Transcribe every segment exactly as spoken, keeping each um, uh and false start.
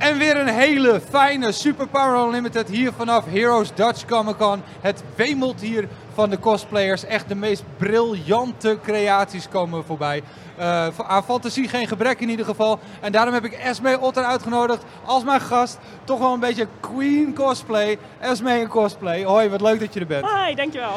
En weer een hele fijne Super Power Unlimited hier vanaf Heroes Dutch Comic Con. Het wemelt hier van de cosplayers. Echt de meest briljante creaties komen voorbij. Uh, aan fantasie geen gebrek in ieder geval. En daarom heb ik Esmee Otter uitgenodigd als mijn gast. Toch wel een beetje Queen cosplay. Esmee in cosplay. Hoi, wat leuk dat je er bent. Hi, dankjewel.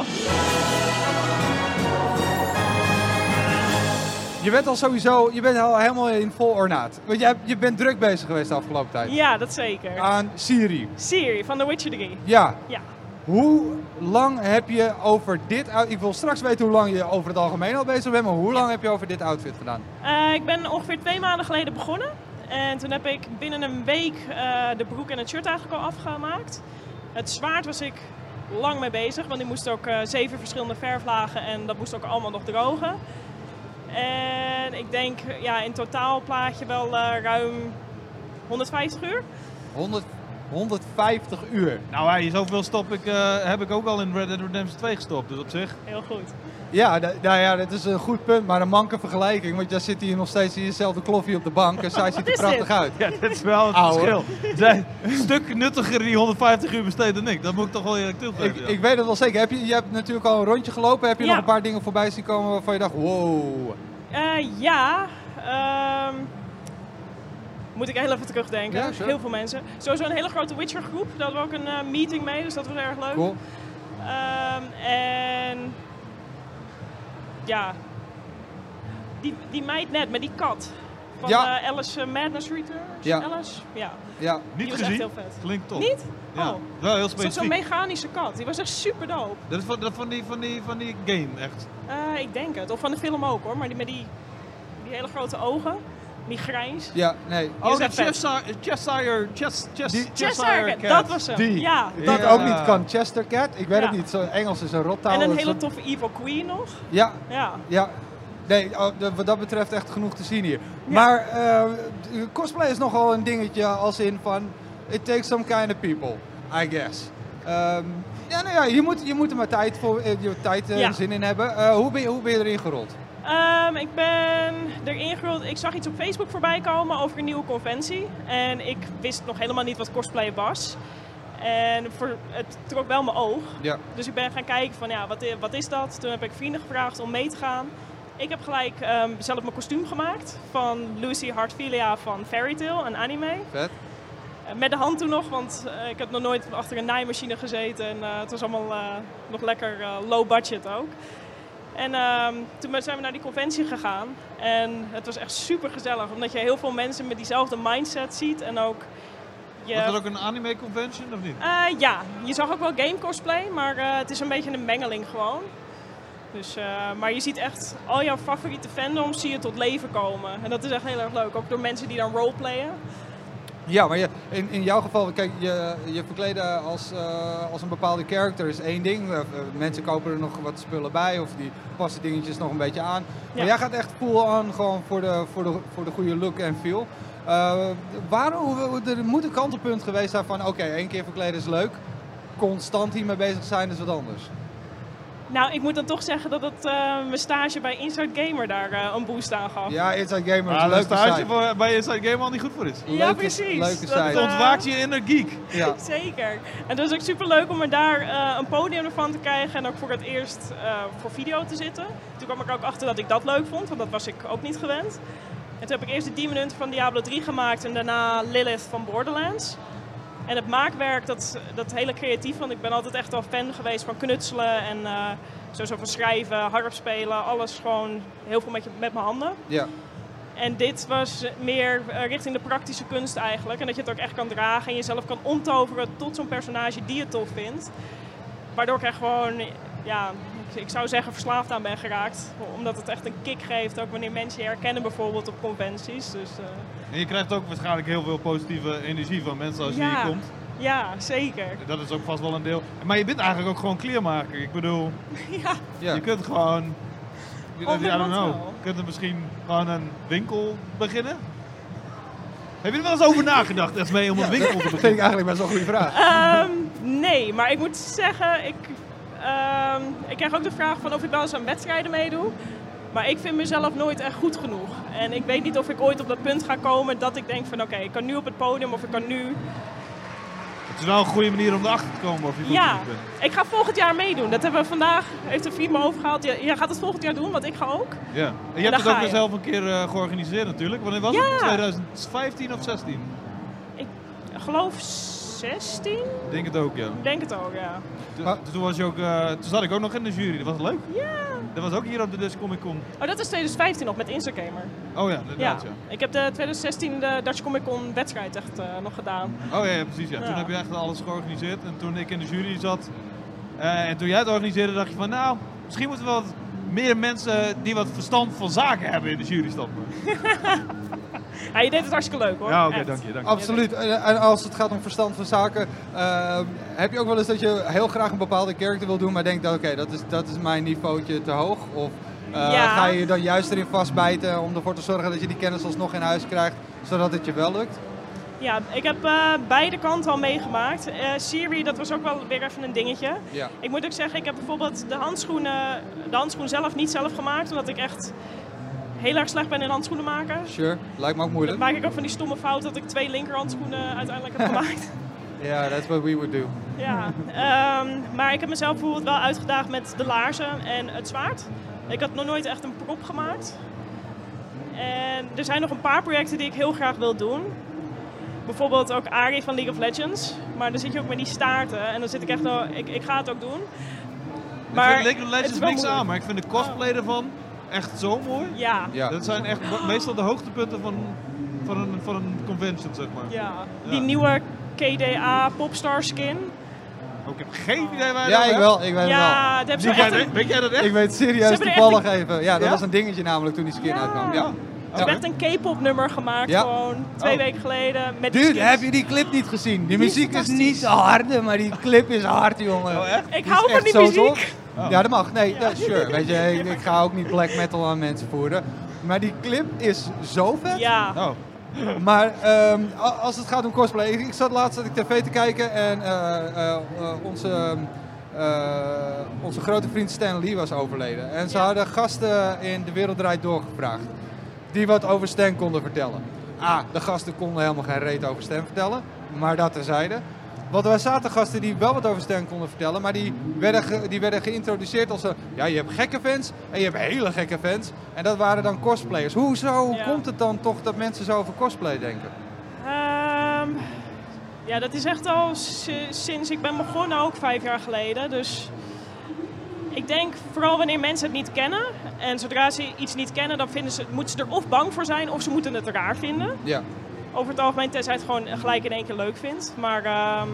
Je bent al sowieso, je bent al helemaal in vol ornaat. Want je, je bent druk bezig geweest de afgelopen tijd. Ja, dat zeker. Aan Ciri. Ciri van The Witcher drie. Ja. Ja. Hoe lang heb je over dit outfit... Ik wil straks weten hoe lang je over het algemeen al bezig bent, maar hoe lang heb je over dit outfit gedaan? Uh, ik ben ongeveer twee maanden geleden begonnen. En toen heb ik binnen een week uh, de broek en het shirt eigenlijk al afgemaakt. Het zwaard was ik lang mee bezig, want die moest ook uh, zeven verschillende verflagen en dat moest ook allemaal nog drogen. En ik denk ja, in totaal plaatje wel uh, ruim honderdvijftig uur. honderd, honderdvijftig uur. Nou, hey, zoveel stop ik, uh, heb ik ook al in Red Dead Redemption twee gestopt, dus op zich. Heel goed. Ja, d- nou ja, dat is een goed punt, maar een manke vergelijking. Want jij zit hier nog steeds in jezelfde kloffie op de bank en zij ziet er prachtig dit? uit. Ja, dat is wel het Ouwe. verschil. Ze zijn een stuk nuttiger die honderdvijftig uur besteed dan ik. Dat moet ik toch wel eerlijk toegeven. Ik, ja. ik weet het wel zeker. Heb je, je hebt natuurlijk al een rondje gelopen. Heb je Ja. nog een paar dingen voorbij zien komen waarvan je dacht, wow. Uh, ja, um, moet ik heel even terugdenken. Ja, sure. Heel veel mensen. Sowieso een hele grote Witcher groep. Daar hadden we ook een uh, meeting mee, dus dat was erg leuk. Cool. Um, en ja, die, die meid net met die kat. Van Ja. uh, Alice uh, Madness Returns. Ja. Alice? Ja. Ja. Niet die was gezien? echt heel vet. Klinkt top. Niet? Ja, Oh. wel heel Het was zo'n specifiek. mechanische kat. Die was echt super dope. Dat is van, dat van, die, van, die, van die game, echt. Uh, ik denk het. Of van de film ook hoor. Maar die met die, die hele grote ogen. Die grijns. Ja, nee. Die is Oh, de echt vet. Cheshire, Cheshire, Chess, Chess, Die- Cheshire Cat, dat was hem. Die. Ja, Die dat ik Ja. ook niet kan. Chester Cat. Ik weet Ja. het niet. Zo Engels is een rottaal. En een dat is hele een- toffe Evil Queen nog. Ja, Ja. ja. Nee, oh, de- wat dat betreft echt genoeg te zien hier. Ja. Maar uh, cosplay is nogal een dingetje als in van... It takes some kind of people, I guess. Um, ja, nou ja, je moet, je moet er maar tijd, voor, eh, je tijd uh, Ja. zin in hebben. Uh, hoe, ben je, hoe ben je erin gerold? Um, ik ben erin gerold. Ik zag iets op Facebook voorbij komen over een nieuwe conventie. En ik wist nog helemaal niet wat cosplay was. En voor, het trok wel mijn oog. Ja. Dus ik ben gaan kijken van ja, wat, wat is dat? Toen heb ik vrienden gevraagd om mee te gaan. Ik heb gelijk um, zelf mijn kostuum gemaakt van Lucy Hartfilia van Fairy Tail, een anime. Vet. Uh, met de hand toen nog, want uh, ik heb nog nooit achter een naaimachine gezeten. En uh, het was allemaal uh, nog lekker uh, low budget ook. En um, toen zijn we naar die conventie gegaan. En het was echt super gezellig, omdat je heel veel mensen met diezelfde mindset ziet. En ook je... Was dat ook een anime convention of niet? Uh, ja, je zag ook wel game cosplay, maar uh, het is een beetje een mengeling gewoon. Dus, uh, maar je ziet echt al jouw favoriete fandoms zie je tot leven komen. En dat is echt heel erg leuk, ook door mensen die dan roleplayen. Ja, maar je, in, in jouw geval, kijk, je, je verkleden als, uh, als een bepaalde character is één ding. Uh, mensen kopen er nog wat spullen bij of die passen dingetjes nog een beetje aan. Maar Ja. jij gaat echt full on gewoon voor de, voor de, voor de goede look en feel. Uh, waarom, er moet een kantelpunt geweest zijn van, oké, okay, één keer verkleden is leuk. Constant hiermee bezig zijn is wat anders. Nou, ik moet dan toch zeggen dat het, uh, mijn stage bij Inside Gamer daar uh, een boost aan gaf. Ja, Inside Gamer is Ah, een dat leuke is stage site. voor, bij Inside Game al niet goed voor is. Ja, Leuke- precies. leuke Dat, site. Het uh, ontwaakt je inner geek. Ja. Zeker. En het was ook super leuk om er daar uh, een podium ervan te krijgen en ook voor het eerst uh, voor video te zitten. Toen kwam ik er ook achter dat ik dat leuk vond, want dat was ik ook niet gewend. En toen heb ik eerst de Demon Hunter van Diablo drie gemaakt en daarna Lilith van Borderlands. En het maakwerk, dat, dat hele creatief, want ik ben altijd echt al fan geweest van knutselen en uh, sowieso van schrijven, harp spelen, alles gewoon heel veel met, je, met mijn handen. Ja. En dit was meer uh, richting de praktische kunst eigenlijk. En dat je het ook echt kan dragen en jezelf kan omtoveren tot zo'n personage die je tof vindt. Waardoor ik er gewoon, ja, ik zou zeggen verslaafd aan ben geraakt. Omdat het echt een kick geeft, ook wanneer mensen je herkennen bijvoorbeeld op conventies. Dus, uh, En je krijgt ook waarschijnlijk heel veel positieve energie van mensen als je ja, hier komt. ja, zeker. Dat is ook vast wel een deel. Maar je bent eigenlijk ook gewoon kleermaker. Ik bedoel, Ja, Ja. je kunt gewoon... I Op de don't know. wel. Je kunt er misschien gewoon een winkel beginnen. Heb je er wel eens over nagedacht, Esmee, om een winkel te Dat vind ik beginnen? eigenlijk best wel een goede vraag. um, nee, maar ik moet zeggen, ik, um, ik krijg ook de vraag van of ik wel eens aan wedstrijden meedoe. Maar ik vind mezelf nooit echt goed genoeg. En ik weet niet of ik ooit op dat punt ga komen dat ik denk van oké, okay, ik kan nu op het podium of ik kan nu... Het is wel een goede manier om erachter te komen of je goed Ja, genoeg bent. ik ga volgend jaar meedoen. Dat hebben we vandaag, heeft een vriend me overgehaald. Jij ja, gaat het volgend jaar doen, want ik ga ook. Ja. En je En hebt het dan ook ga weer je. zelf een keer uh, georganiseerd natuurlijk. Wanneer was Ja. het? twintig vijftien of zestien? Ik geloof zestien? Ik denk het ook, ja. Ik denk het ook, ja. Toen, Maar- toen, was je ook, uh, toen zat ik ook nog in de jury. Dat was leuk. Ja. Dat was ook hier op de Dutch Comic Con. Oh, dat is twintig vijftien nog met Instagamer. Oh ja, Ja. inderdaad, ja. Ik heb de twintig zestien de Dutch Comic Con wedstrijd echt uh, nog gedaan. Oh ja, ja precies. Ja. Toen Ja. heb je echt alles georganiseerd. En toen ik in de jury zat uh, en toen jij het organiseerde, dacht je van nou, misschien moeten we wat meer mensen die wat verstand van zaken hebben in de jury stappen. Ja, je deed het hartstikke leuk hoor. Ja, oké, Echt. dank je. Dank je. Absoluut. En en als het gaat om verstand van zaken, uh, heb je ook wel eens dat je heel graag een bepaalde character wil doen, maar denkt, oké, okay, dat, is, dat is mijn niveautje te hoog? Of uh, Ja. ga je je dan juist erin vastbijten om ervoor te zorgen dat je die kennis alsnog in huis krijgt, zodat het je wel lukt? Ja, ik heb uh, beide kanten al meegemaakt. Uh, Siri, dat was ook wel weer even een dingetje. Ja. Ik moet ook zeggen, ik heb bijvoorbeeld de handschoenen, de handschoen zelf niet zelf gemaakt, omdat ik echt heel erg slecht ben in handschoenen maken. Sure, lijkt me ook Dan moeilijk. maak ik ook van die stomme fout dat ik twee linkerhandschoenen uiteindelijk heb gemaakt. Ja, yeah, that's what we would do. Ja, um, maar ik heb mezelf bijvoorbeeld wel uitgedaagd met de laarzen en het zwaard. Ik had nog nooit echt een prop gemaakt. En er zijn nog een paar projecten die ik heel graag wil doen. Bijvoorbeeld ook Ari van League of Legends. Maar dan zit je ook met die staarten en dan zit ik echt wel, ik, ik ga het ook doen. Maar ik vind het League of is Legends wel niks moeilijk. aan, maar ik vind de cosplay ervan echt zo mooi. Ja, Ja. Dat zijn echt me- meestal de hoogtepunten van, van, een, van een convention, zeg maar. ja. Ja. Die nieuwe K D A Popstar skin. Oh, ik heb geen idee waar je Ja, dat ik hebt. wel. Ik weet het wel. Ja, dat hebben ze Weet jij, echt een, dat- weet jij dat echt? Ik weet Ze serieus hebben er toevallig echt even. Ja, dat Ja? was een dingetje namelijk toen die skin Ja. uitkwam. Ja. ze hebben echt een K-pop nummer gemaakt Ja. gewoon twee Oh. weken geleden. Met die Dude, skins. heb je die clip niet gezien? Die Die is muziek is fantastisch. niet zo hard, maar die clip is hard, jongen. Oh, echt? Ik Die hou is van echt die zo muziek. tof. Oh. Ja, dat mag. Nee, dat, sure. Weet je, ik, ik ga ook niet black metal aan mensen voeren. Maar die clip is zo vet. Ja. Oh. Maar ehm, a- als het gaat om cosplay, ik, ik zat laatst zat ik tv te kijken en eh, eh, eh, onze, eh, onze grote vriend Stan Lee was overleden. En ze Ja. hadden gasten in De Wereld Draait Door gevraagd die wat over Stan konden vertellen. Ah, de gasten konden helemaal geen reet over Stan vertellen, maar dat terzijde. Want er zaten gasten die wel wat over Stan konden vertellen, maar die werden, ge- die werden geïntroduceerd als een, ja, je hebt gekke fans en je hebt hele gekke fans. En dat waren dan cosplayers. Hoezo Ja. komt het dan toch dat mensen zo over cosplay denken? Ehm, ja, dat is echt al s- sinds ik ben begonnen, ook vijf jaar geleden. Dus ik denk vooral wanneer mensen het niet kennen. En zodra ze iets niet kennen, dan vinden ze, moeten ze er of bang voor zijn of ze moeten het raar vinden. Ja, Over het algemeen, tenzij je het gewoon gelijk in één keer leuk vindt. Maar ehm,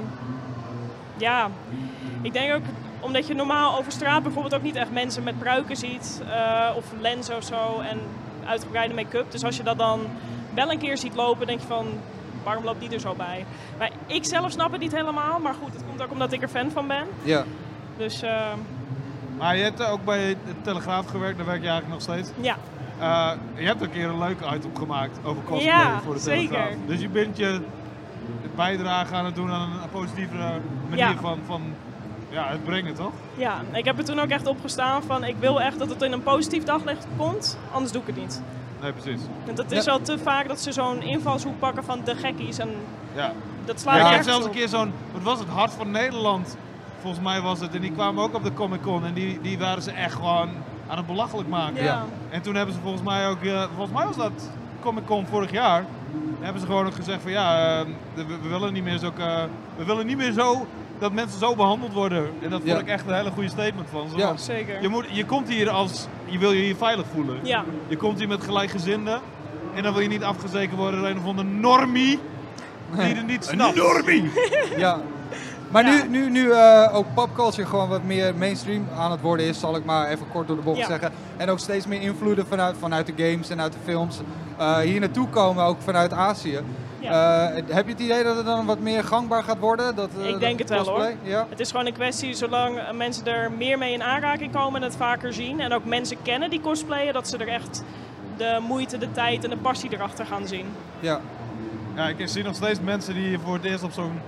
ja, ik denk ook omdat je normaal over straat bijvoorbeeld ook niet echt mensen met pruiken ziet. eh, of lenzen of zo en uitgebreide make-up. Dus als je dat dan wel een keer ziet lopen, denk je van, waarom loopt die er zo bij? Maar ik zelf snap het niet helemaal. Maar goed, het komt ook omdat ik er fan van ben. ja. Dus ehm, Maar je hebt ook bij de Telegraaf gewerkt, daar werk je eigenlijk nog steeds. ja, Uh, je hebt een keer een leuke item gemaakt over cosplay Ja, voor de zeker. Telegraaf. Dus je bent je bijdrage aan het doen aan een positievere manier Ja. van, van ja, het brengen, toch? ja, ik heb er toen ook echt op gestaan van, ik wil echt dat het in een positief daglicht komt. Anders doe ik het niet. Nee, precies. Want het is Ja. al te vaak dat ze zo'n invalshoek pakken van de gekkies en Ja. dat slaat Ja, ik heb nergens zelfs een op. keer zo'n, wat was het, Hart van Nederland, volgens mij was het. En die kwamen ook op de Comic Con en die, die waren ze echt gewoon aan het belachelijk maken. Ja. Ja. En toen hebben ze volgens mij ook, uh, volgens mij was dat Comic Con vorig jaar, hebben ze gewoon ook gezegd van ja, uh, we, we willen niet meer zo, uh, we willen niet meer zo dat mensen zo behandeld worden. En dat vond Ja. ik echt een hele goede statement van ze. Ja. Want Zeker. Je, moet, je komt hier als, je wil je hier veilig voelen. Ja, Je komt hier met gelijkgezinden en dan wil je niet afgezekerd worden door een of andere normie die er niet snapt. Een normie! Ja. Maar Ja. nu, nu, nu uh, ook popculture gewoon wat meer mainstream aan het worden is, zal ik maar even kort door de bocht Ja. zeggen. En ook steeds meer invloeden vanuit, vanuit de games en uit de films uh, hier naartoe komen, ook vanuit Azië. Ja. Uh, heb je het idee dat het dan wat meer gangbaar gaat worden? Dat, uh, Ik denk dat het wel, cosplay? hoor. Ja? het is gewoon een kwestie, zolang eh, mensen er meer mee in aanraking komen en het vaker zien. En ook mensen kennen die cosplayen, dat ze er echt de moeite, de tijd en de passie erachter gaan zien. Ja. Ja, ik zie nog steeds mensen die voor het eerst op zo'n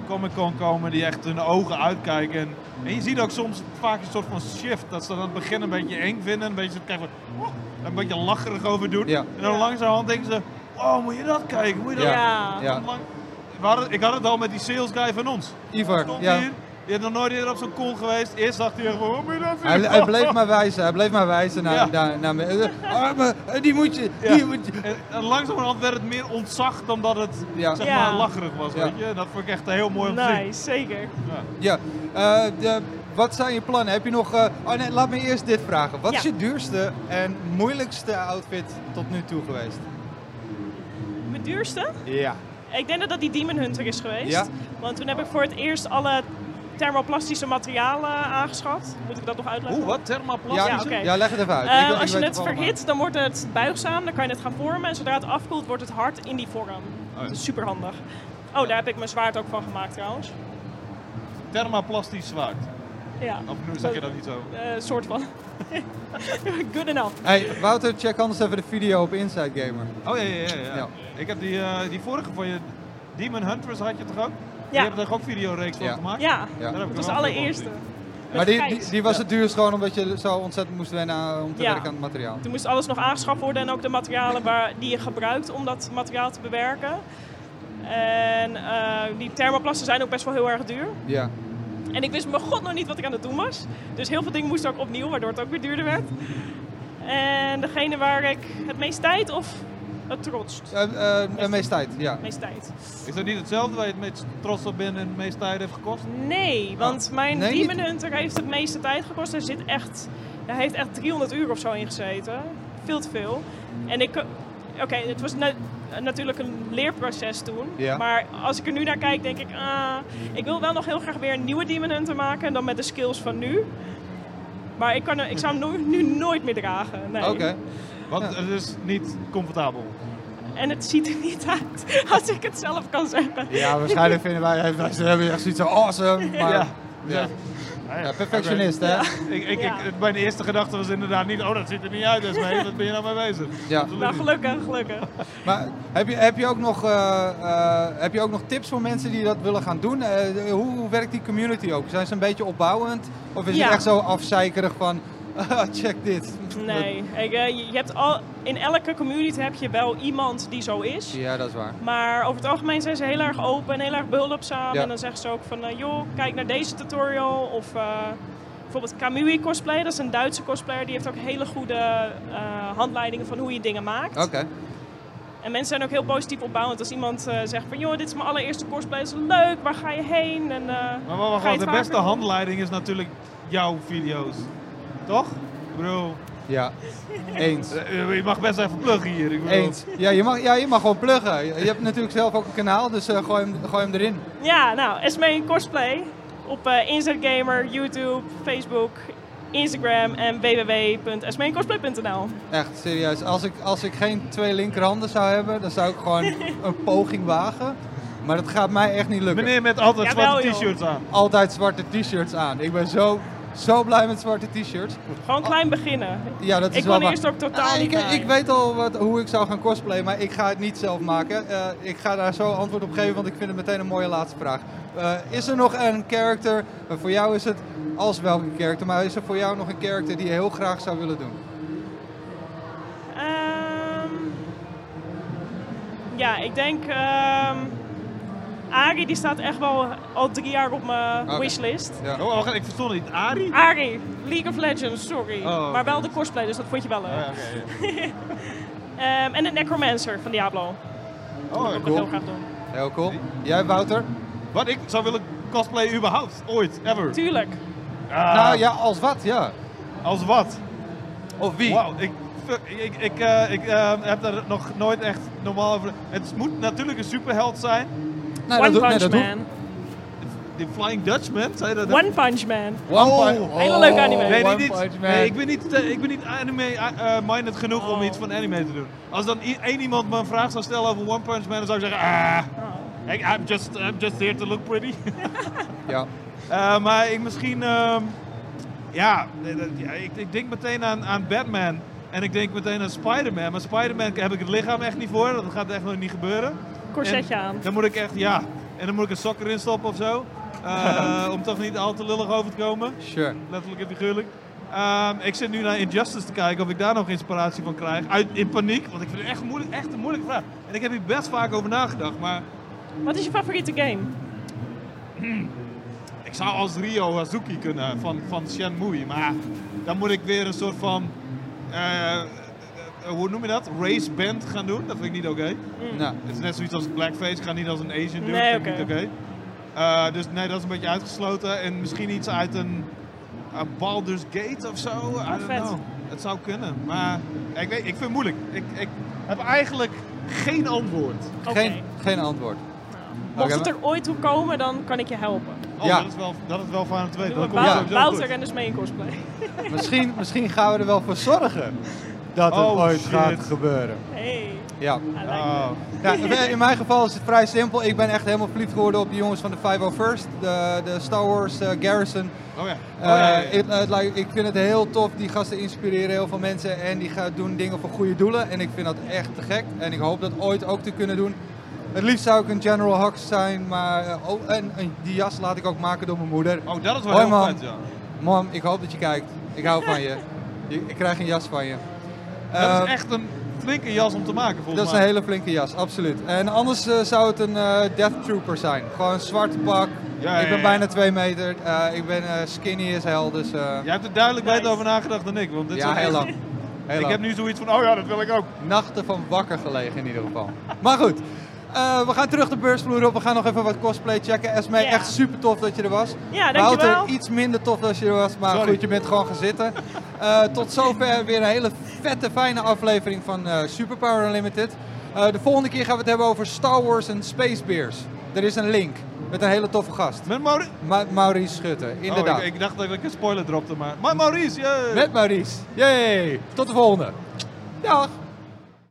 Comic-Con komen die echt hun ogen uitkijken. En, en je ziet ook soms vaak een soort van shift. Dat ze dan aan het begin een beetje eng vinden. Een beetje, kijk, oh, een beetje lacherig over doen. Ja. En dan Ja. langzamerhand denken ze, oh moet je dat kijken, moet je dat... Ja. Ja. Lang- We hadden- ik had het al met die sales guy van ons. Ivar, Stond ja. hier, je hebt nog nooit eerder op zo'n con geweest. Eerst dacht hij gewoon, hoe moet je dat Hij, zien? hij bleef maar wijzen, hij bleef maar wijzen naar, Ja. naar, naar me. Ah, maar, eh, die moet je, Ja. die moet je. En, en langzamerhand werd het meer ontzag dan dat het Ja. zeg Ja. maar lacherig was, Ja. weet je. Dat vond ik echt heel mooi om te zien. Nice, zeker. Ja. Ja, eh, de, wat zijn je plannen? Heb je nog... eh, oh nee, laat me eerst dit vragen. Wat is Ja. je duurste en moeilijkste outfit tot nu toe geweest? Mijn duurste? Ja. Ik denk dat dat die Demon Hunter is geweest. Ja? Want toen heb ik voor het eerst alle thermoplastische materialen aangeschaft. Moet ik dat nog uitleggen? Oeh, wat? Thermoplastische? Ja, Ja, oké. ja, leg het even uit. Eh, Ik wil- ik als je weet het allemaal. verhit, dan wordt het buigzaam, dan kan je het gaan vormen. En zodra het afkoelt, wordt het hard in die vorm. ja. Dat is super handig. Oh, daar heb ik mijn zwaard ook van gemaakt trouwens. Thermoplastisch zwaard. Ja, Of nu zeg je dat niet zo. eh, soort van. Good enough. Hey, Wouter, check anders even de video op Inside Gamer. Oh ja, ja, ja. ja. Ja. Ik heb die, eh, die vorige van je, Demon Hunters had je toch ook? Je Ja, hebt er ook videoreeks van Ja. gemaakt? ja. Ja. Daar heb ik dat er was de wel veel allereerste. van Met Maar die, geit. die, die was Ja. het duurst gewoon omdat je zo ontzettend moest wennen aan- om te Ja. werken aan het materiaal. Toen moest alles nog aangeschaft worden en ook de materialen waar, die je gebruikt om dat materiaal te bewerken. En eh, die thermoplasten zijn ook best wel heel erg duur. Ja. En ik wist mijn god nog niet wat ik aan het doen was. Dus heel veel dingen moesten ook opnieuw, waardoor het ook weer duurder werd. En degene waar ik het meest tijd of het trotst? Uh, uh, meest tijd, ja. Het meest tijd. Is dat niet hetzelfde waar je het meest trots op bent en het meest tijd heeft gekost? Nee, want mijn Nee, Demon niet? Hunter heeft het meeste tijd gekost. Hij zit echt, hij heeft echt driehonderd uur of zo ingezeten. Veel te veel. En ik, oké, het was na- natuurlijk een leerproces toen. Ja. Maar als ik er nu naar kijk, denk ik, ah, ik wil wel nog heel graag weer een nieuwe Demon Hunter maken. En dan met de skills van nu. Maar ik, kan, er- ik zou hem nu, nu nooit meer dragen. Nee. Oké. Want Ja. het is niet comfortabel. En het ziet er niet uit, als ik het zelf kan zeggen. Ja, waarschijnlijk vinden wij, wij ze hebben echt zoiets zo awesome. Maar, Ja. ja. Ja, perfectionist, hè? Ik, ik, Ja. ik, mijn eerste gedachte was inderdaad niet, oh dat ziet er niet uit, Esmee, wat ben je nou mee bezig? Ja. Absoluut Nou, niet. gelukkig, gelukkig. Maar heb je, heb, je ook nog, eh, eh, heb je ook nog tips voor mensen die dat willen gaan doen? Eh, hoe, hoe werkt die community ook? Zijn ze een beetje opbouwend? Of is Ja. het echt zo afzeikerig van, ah, check dit? Nee, ik, eh, je je hebt al, in elke community heb je wel iemand die zo is. Ja, dat is waar. Maar over het algemeen zijn ze heel erg open en heel erg behulpzaam. Ja. En dan zeggen ze ook van, eh, joh, kijk naar deze tutorial. Of eh, bijvoorbeeld Kamui Cosplay, dat is een Duitse cosplayer. Die heeft ook hele goede eh, handleidingen van hoe je dingen maakt. Oké. En mensen zijn ook heel positief opbouwend. Als iemand eh, zegt van, joh, dit is mijn allereerste cosplay, dat is leuk, waar ga je heen? En, eh, Maar wacht, ga je wacht, de het beste vaker doen? handleiding is natuurlijk jouw video's. Toch? Ik bedoel, Ja, eens. eh, je mag best even pluggen hier. Ik bedoel, Eens. Ja, je mag, ja, je mag gewoon pluggen. Je hebt natuurlijk zelf ook een kanaal, dus eh, gooi, hem, gooi hem erin. Ja, nou, Esmee Cosplay op eh Inside Gamer, YouTube, Facebook, Instagram en w w w punt esmee cosplay punt n l. Echt, serieus. Als ik, als ik geen twee linkerhanden zou hebben, dan zou ik gewoon een poging wagen. Maar dat gaat mij echt niet lukken. Meneer met altijd Jawel, zwarte joh. t-shirts aan. Altijd zwarte t-shirts aan. Ik ben zo, zo blij met zwarte t-shirts. Gewoon klein beginnen. Ja, dat is Ik wel kon waar. eerst ook totaal Ah, niet ik, draaien. ik weet al wat, hoe ik zou gaan cosplayen, maar ik ga het niet zelf maken. Eh, ik ga daar zo antwoord op geven, want ik vind het meteen een mooie laatste vraag. Eh, is er nog een character, uh, voor jou is het als welke character, maar is er voor jou nog een character die je heel graag zou willen doen? Ehm, ja, ik denk... ehm Ari, die staat echt wel al drie jaar op mijn Oké. wishlist. Ja. Oh, wacht, ik verstond het niet. Ari? Ari, League of Legends, sorry. Oh, oké. Maar wel de cosplay, dus dat vond je wel leuk. Oh, ja, oké, ja. Ehm, en de Necromancer van Diablo. Dat Oh, wil ik cool. heel graag doen. Heel cool. Jij, Wouter? Wat ik zou willen cosplayen überhaupt, ooit, ever. Tuurlijk. Ah, Nou ja, als wat, ja. Als wat? Of wie? Wauw, ik, ik, ik, eh, ik eh, heb er nog nooit echt normaal over... Het moet natuurlijk een superheld zijn. Nee, One dat doet- nee, Punch dat doet- Man. Die Flying Dutchman, zei je dat? One Punch Man. One Oh, Punch- hele leuke anime. Nee, One niet, Punch Man. nee, ik ben niet, eh, ik ben niet anime-minded genoeg om Oh. iets van anime te doen. Als dan i- één iemand me een vraag zou stellen over One Punch Man, dan zou ik zeggen, ah, Oh. ik- I'm just, I'm just here to look pretty. Ja. Eh, maar ik misschien, ehm, ja, eh, dat- ja ik, ik denk meteen aan, aan Batman. En ik denk meteen aan Spider-Man. Maar Spider-Man heb ik het lichaam echt niet voor, dat gaat echt nog niet gebeuren. Corsetje En aan. Dan moet ik echt, ja, En dan moet ik een sok erin stoppen of zo. Uh, om toch niet al te lullig over te komen. Sure. Letterlijk en figuurlijk. Um, ik zit nu naar Injustice te kijken of ik daar nog inspiratie van krijg. Uit, in paniek, want ik vind het echt, moeilijk, echt een moeilijke vraag. En ik heb hier best vaak over nagedacht, maar... Wat is je favoriete game? Ik zou als Ryo Hazuki kunnen van, van Shenmue, maar dan moet ik weer een soort van... Uh, uh, hoe noem je dat? Race band gaan doen. Dat vind ik niet oké. Okay. Mm. Nou, Het is net zoiets als Blackface. Ik ga niet als een Asian doen. Nee, dat vind ik oké. niet oké. Okay. Uh, dus nee, dat is een beetje uitgesloten. En misschien iets uit een uh, Baldur's Gate of zo. I don't vet. know. Het zou kunnen. Maar ik, weet, ik vind het moeilijk. Ik, ik heb eigenlijk geen antwoord. Oké. geen, geen antwoord. Mocht Oké, het er ooit toe komen, dan kan ik je helpen. Oh, Ja. dat is wel, dat is wel fijn om te weten. Doen we Dat komt Wou- sowieso Wouter goed. en dus mee in cosplay. Misschien, misschien gaan we er wel voor zorgen dat het Oh, ooit shit. gaat gebeuren. Hey, Ja. I like Oh. that. Ja, in mijn geval is het vrij simpel. Ik ben echt helemaal verliefd geworden op de jongens van de vijfhonderdste, de, de Star Wars uh, Garrison. Oh ja. Oh, Uh, ja, ja, ja. ik, uh, like, ik vind het heel tof. Die gasten inspireren heel veel mensen en die gaan doen dingen voor goede doelen. En ik vind dat echt te gek. En ik hoop dat ooit ook te kunnen doen. Het liefst zou ik een General Hux zijn, maar uh, oh, en, en die jas laat ik ook maken door mijn moeder. Oh, dat is wel Hoi, heel man. vet, ja. Mam, ik hoop dat je kijkt. Ik hou van je. je ik krijg een jas van je. Dat Uh, is echt een flinke jas om te maken, volgens Dat is mij. een hele flinke jas, absoluut. En anders uh, zou het een uh, Death Trooper zijn. Gewoon een zwarte pak. Ja, ik ben ja, ja. bijna twee meter. Uh, ik ben uh, skinny as hell, dus uh, Jij hebt er duidelijk Nice. beter over nagedacht dan ik. Want dit ja, zijn heel echt- lang. Heel Ik lang. heb nu zoiets van, oh ja, dat wil ik ook. Nachten van wakker gelegen in ieder geval. Maar goed, uh, we gaan terug de beursvloer op. We gaan nog even wat cosplay checken. Esme, Ja. echt super tof dat je er was. Ja, dankjewel. Wouter, iets minder tof dat je er was, maar Sorry. goed, je bent gewoon gaan zitten. Uh, tot zover weer een hele vette, fijne aflevering van uh, Superpower Unlimited. Uh, de volgende keer gaan we het hebben over Star Wars en Space Bears. Er is een link met een hele toffe gast. Met Maurice? Ma Maurice Schutte, inderdaad. Oh, ik, ik dacht dat ik een spoiler dropte, maar... Maar Maurice, yeah. Met Maurice. Yay! Tot de volgende. Dag!